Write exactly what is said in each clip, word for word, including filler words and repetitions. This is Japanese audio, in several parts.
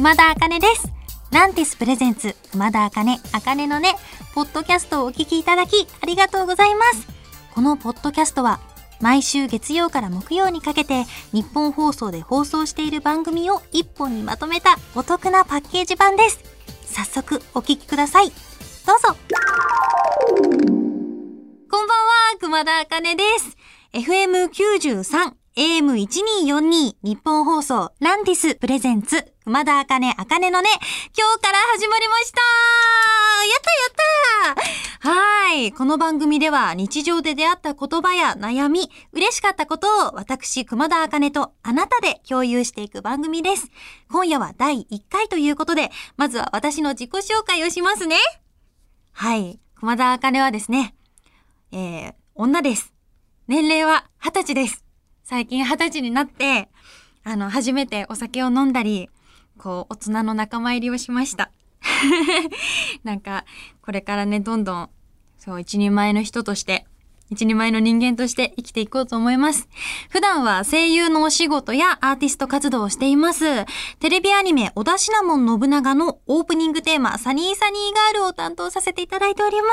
熊田茜です。ランティスプレゼンツ熊田茜、茜のね、ポッドキャストをお聞きいただきありがとうございます。このポッドキャストは毎週月曜から木曜にかけて日本放送で放送している番組を一本にまとめたお得なパッケージ版です。早速お聞きください。どうぞ。こんばんは、熊田茜です。エフエムきゅうじゅうさん、エーエムせんにひゃくよんじゅうに 日本放送ランティスプレゼンツ熊田茜、茜のね、今日から始まりました。やったやったはい。この番組では日常で出会った言葉や悩み、嬉しかったことを私、熊田茜とあなたで共有していく番組です。今夜はだいいっかいということで、まずは私の自己紹介をしますね。はい。熊田茜はですね、えー、女です。年齢ははたちです。最近はたちになって、あの、初めてお酒を飲んだり、こう、大人の仲間入りをしました。なんか、これからね、どんどん、そう、一人前の人として、一人前の人間として生きていこうと思います。普段は声優のお仕事やアーティスト活動をしています。テレビアニメ、織田信門信長のオープニングテーマ、サニーサニーガールを担当させていただいております。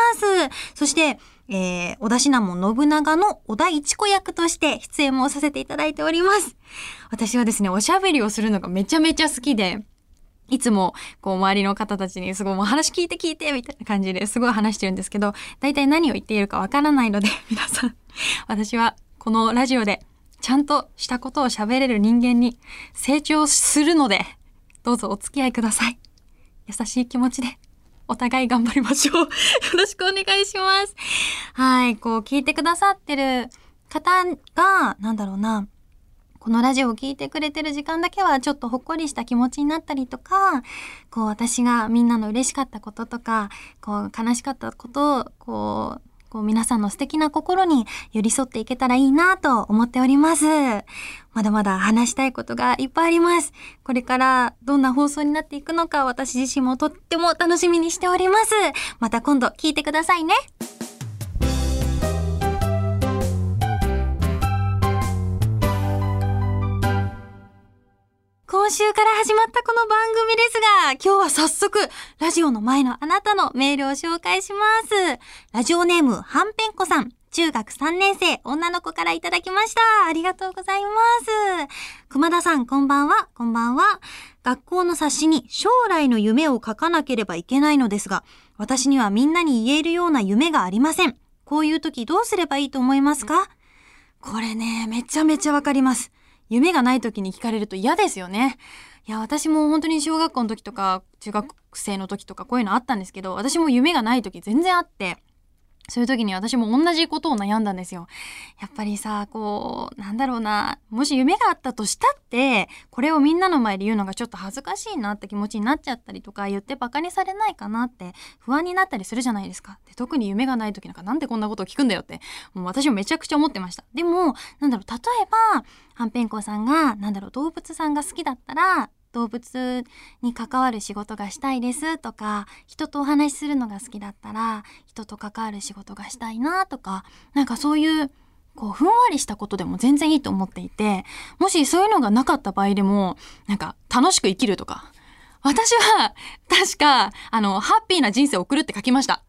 そして、えー、織田信門信長の織田一子役として出演もさせていただいております。私はですね、おしゃべりをするのがめちゃめちゃ好きで、いつも、こう、周りの方たちにすごいもう話聞いて聞いてみたいな感じですごい話してるんですけど、大体何を言っているかわからないので、皆さん、私はこのラジオでちゃんとしたことを喋れる人間に成長するので、どうぞお付き合いください。優しい気持ちで、お互い頑張りましょう。よろしくお願いします。はい、こう、聞いてくださってる方が、なんだろうな、このラジオを聞いてくれてる時間だけはちょっとほっこりした気持ちになったりとか、こう私がみんなの嬉しかったこととか、こう悲しかったことを、こう、こう皆さんの素敵な心に寄り添っていけたらいいなと思っております。まだまだ話したいことがいっぱいあります。これからどんな放送になっていくのか私自身もとっても楽しみにしております。また今度聞いてくださいね。今週から始まったこの番組ですが、今日は早速、ラジオの前のあなたのメールを紹介します。ラジオネーム、はんぺんこさん、中学さんねん生、女の子からいただきました。ありがとうございます。熊田さん、こんばんは、こんばんは。学校の冊子に将来の夢を書かなければいけないのですが、私にはみんなに言えるような夢がありません。こういう時どうすればいいと思いますか？これね、めちゃめちゃわかります。夢がない時に聞かれると嫌ですよね。いや、私も本当に小学校の時とか中学生の時とかこういうのあったんですけど、私も夢がない時全然あって、そういう時に私も同じことを悩んだんですよ。やっぱりさ、こう、なんだろうな、もし夢があったとしたって、これをみんなの前で言うのがちょっと恥ずかしいなって気持ちになっちゃったりとか、言ってバカにされないかなって不安になったりするじゃないですか。で、特に夢がない時なんかなんでこんなことを聞くんだよって、もう私もめちゃくちゃ思ってました。でも、なんだろう、例えば、はんぺんこさんが、なんだろう、動物さんが好きだったら、動物に関わる仕事がしたいですとか、人とお話しするのが好きだったら人と関わる仕事がしたいなとか、なんかそういうこうふんわりしたことでも全然いいと思っていて、もしそういうのがなかった場合でもなんか楽しく生きるとか、私は確かあのハッピーな人生を送るって書きました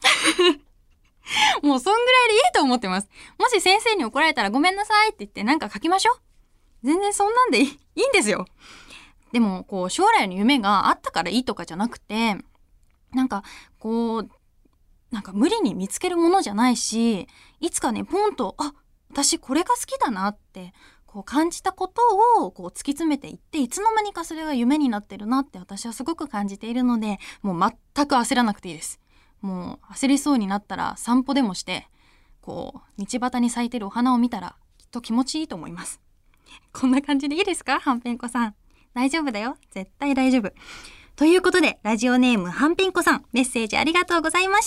もうそんぐらいでいいと思ってます。もし先生に怒られたらごめんなさいって言ってなんか書きましょう。全然そんなんでいい、いいんですよ。でも、こう、将来の夢があったからいいとかじゃなくて、なんか、こう、なんか無理に見つけるものじゃないし、いつかね、ポンと、あ、私これが好きだなって、こう感じたことを、こう突き詰めていって、いつの間にかそれが夢になってるなって私はすごく感じているので、もう全く焦らなくていいです。もう焦りそうになったら散歩でもして、こう、道端に咲いてるお花を見たら、きっと気持ちいいと思います。こんな感じでいいですか？はんぺんこさん。大丈夫だよ。絶対大丈夫。ということで、ラジオネームはんぺんこさん、メッセージありがとうございました。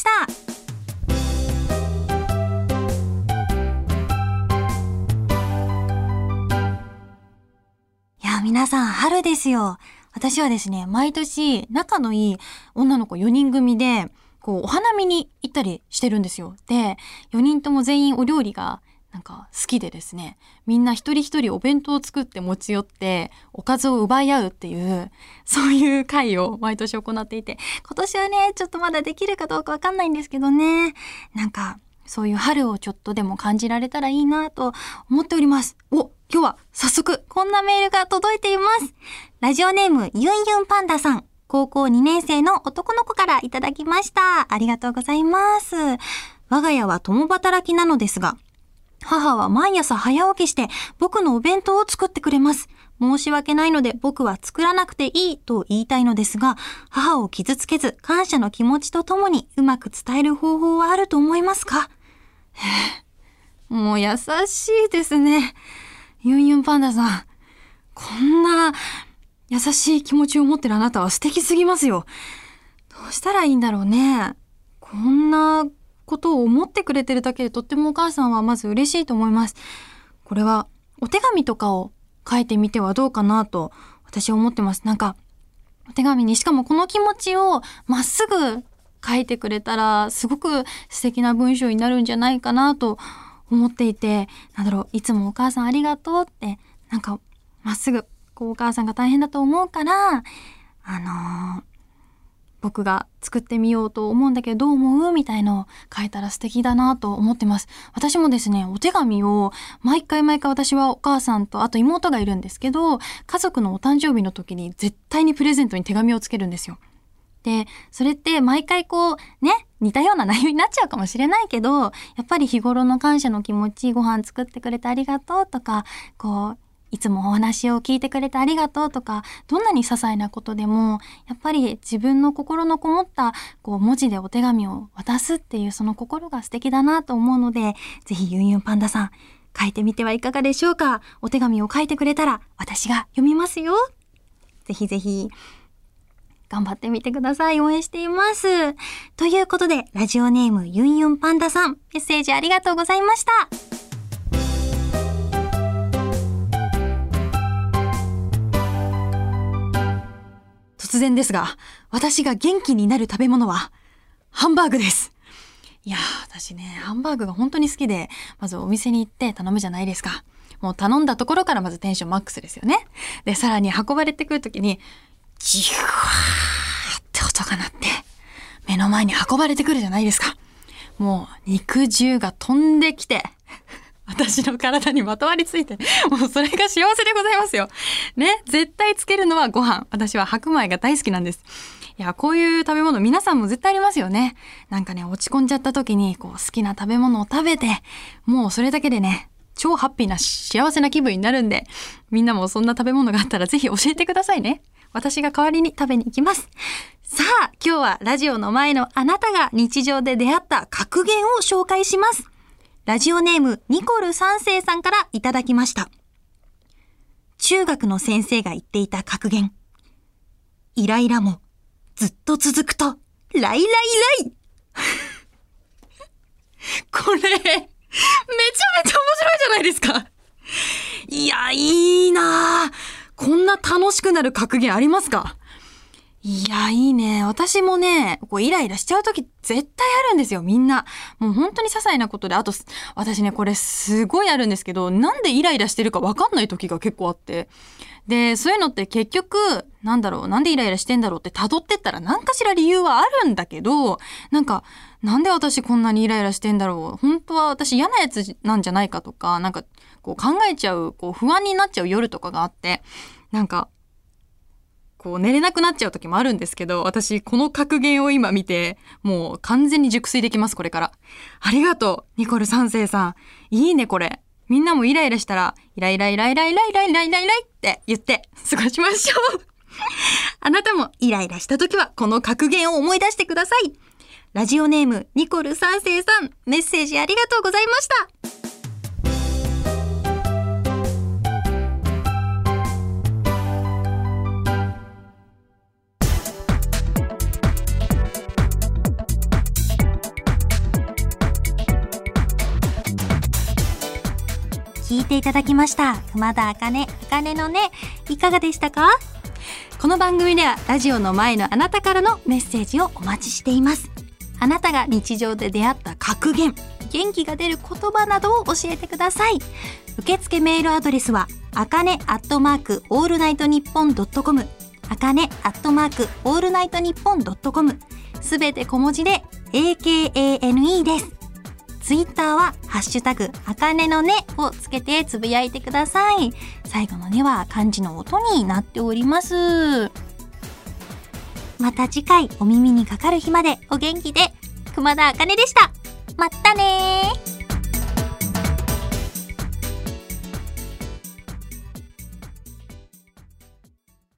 いや、皆さん、春ですよ。私はですね、毎年、仲のいい女の子よにん組で、こう、お花見に行ったりしてるんですよ。で、よにんとも全員お料理がなんか好きでですね、みんな一人一人お弁当を作って持ち寄っておかずを奪い合うっていうそういう会を毎年行っていて、今年はねちょっとまだできるかどうかわかんないんですけどね、なんかそういう春をちょっとでも感じられたらいいなと思っております。お、今日は早速こんなメールが届いています。ラジオネームユンユンパンダさん、高校にねん生の男の子からいただきました。ありがとうございます。我が家は共働きなのですが、母は毎朝早起きして僕のお弁当を作ってくれます。申し訳ないので僕は作らなくていいと言いたいのですが、母を傷つけず感謝の気持ちとともにうまく伝える方法はあると思いますか？もう優しいですね。ユンユンパンダさん。こんな優しい気持ちを持ってるあなたは素敵すぎますよ。どうしたらいいんだろうね。こんなことを思ってくれてるだけでとってもお母さんはまず嬉しいと思います。これはお手紙とかを書いてみてはどうかなと私は思ってます。なんかお手紙にしかもこの気持ちをまっすぐ書いてくれたらすごく素敵な文章になるんじゃないかなと思っていて、なんだろう、いつもお母さんありがとうってなんかまっすぐこうお母さんが大変だと思うからあのー僕が作ってみようと思うんだけどどう思うみたいのを書いたら素敵だなと思ってます。私もですね、お手紙を毎回毎回私はお母さんとあと妹がいるんですけど、家族のお誕生日の時に絶対にプレゼントに手紙をつけるんですよ。で、それって毎回こうね、似たような内容になっちゃうかもしれないけど、やっぱり日頃の感謝の気持ち、ご飯作ってくれてありがとうとか、こういつもお話を聞いてくれてありがとうとか、どんなに些細なことでもやっぱり自分の心のこもったこう文字でお手紙を渡すっていうその心が素敵だなと思うので、ぜひユンユンパンダさん書いてみてはいかがでしょうか。お手紙を書いてくれたら私が読みますよ。ぜひぜひ頑張ってみてください。応援しています。ということでラジオネームユンユンパンダさん、メッセージありがとうございました。突然ですが、私が元気になる食べ物はハンバーグです。いやー、私ね、ハンバーグが本当に好きで、まずお店に行って頼むじゃないですか。もう頼んだところからまずテンションマックスですよね。で、さらに運ばれてくるときに、ジュワーって音が鳴って、目の前に運ばれてくるじゃないですか。もう肉汁が飛んできて、私の体にまとわりついて、もうそれが幸せでございますよ。ね、絶対つけるのはご飯。私は白米が大好きなんです。いや、こういう食べ物皆さんも絶対ありますよね。なんかね、落ち込んじゃった時にこう好きな食べ物を食べて、もうそれだけでね、超ハッピーな幸せな気分になるんで、みんなもそんな食べ物があったらぜひ教えてくださいね。私が代わりに食べに行きます。さあ、今日はラジオの前のあなたが日常で出会った格言を紹介します。ラジオネームニコル三世さんからいただきました。中学の先生が言っていた格言。イライラもずっと続くとライライライこれめちゃめちゃ面白いじゃないですか。いや、いいなぁ。こんな楽しくなる格言ありますか？いや、いいね。私もね、こうイライラしちゃうとき絶対あるんですよ、みんな。もう本当に些細なことで、あと、私ね、これすごいあるんですけど、なんでイライラしてるかわかんないときが結構あって。で、そういうのって結局、なんだろう、なんでイライラしてんだろうって辿ってったら何かしら理由はあるんだけど、なんか、なんで私こんなにイライラしてんだろう、本当は私嫌なやつなんじゃないかとか、なんか、こう考えちゃう、こう不安になっちゃう夜とかがあって、なんか、こう寝れなくなっちゃう時もあるんですけど、私この格言を今見てもう完全に熟睡できます。これからありがとうニコル三世さん、いいね。これみんなもイライラしたらイライライライライライライライライライって言って過ごしましょうあなたもイライラした時はこの格言を思い出してください。ラジオネームニコル三世さん、メッセージありがとうございました。聞いていただきました。熊田茜、茜のね、いかがでしたか？この番組ではラジオの前のあなたからのメッセージをお待ちしています。 あなたが日常で出会った格言、元気が出る言葉などを教えてください。受付メールアドレスはあかねアットマークオールナイトニッポンドットコム、あかねアットマークオールナイトニッポンドットコム、すべて小文字で エーケーエーエヌイー です。ツイッターはハッシュタグあかねのねをつけてつぶやいてください。最後のねは漢字の音になっております。また次回お耳にかかる日までお元気で。熊田あかねでした。まったねー。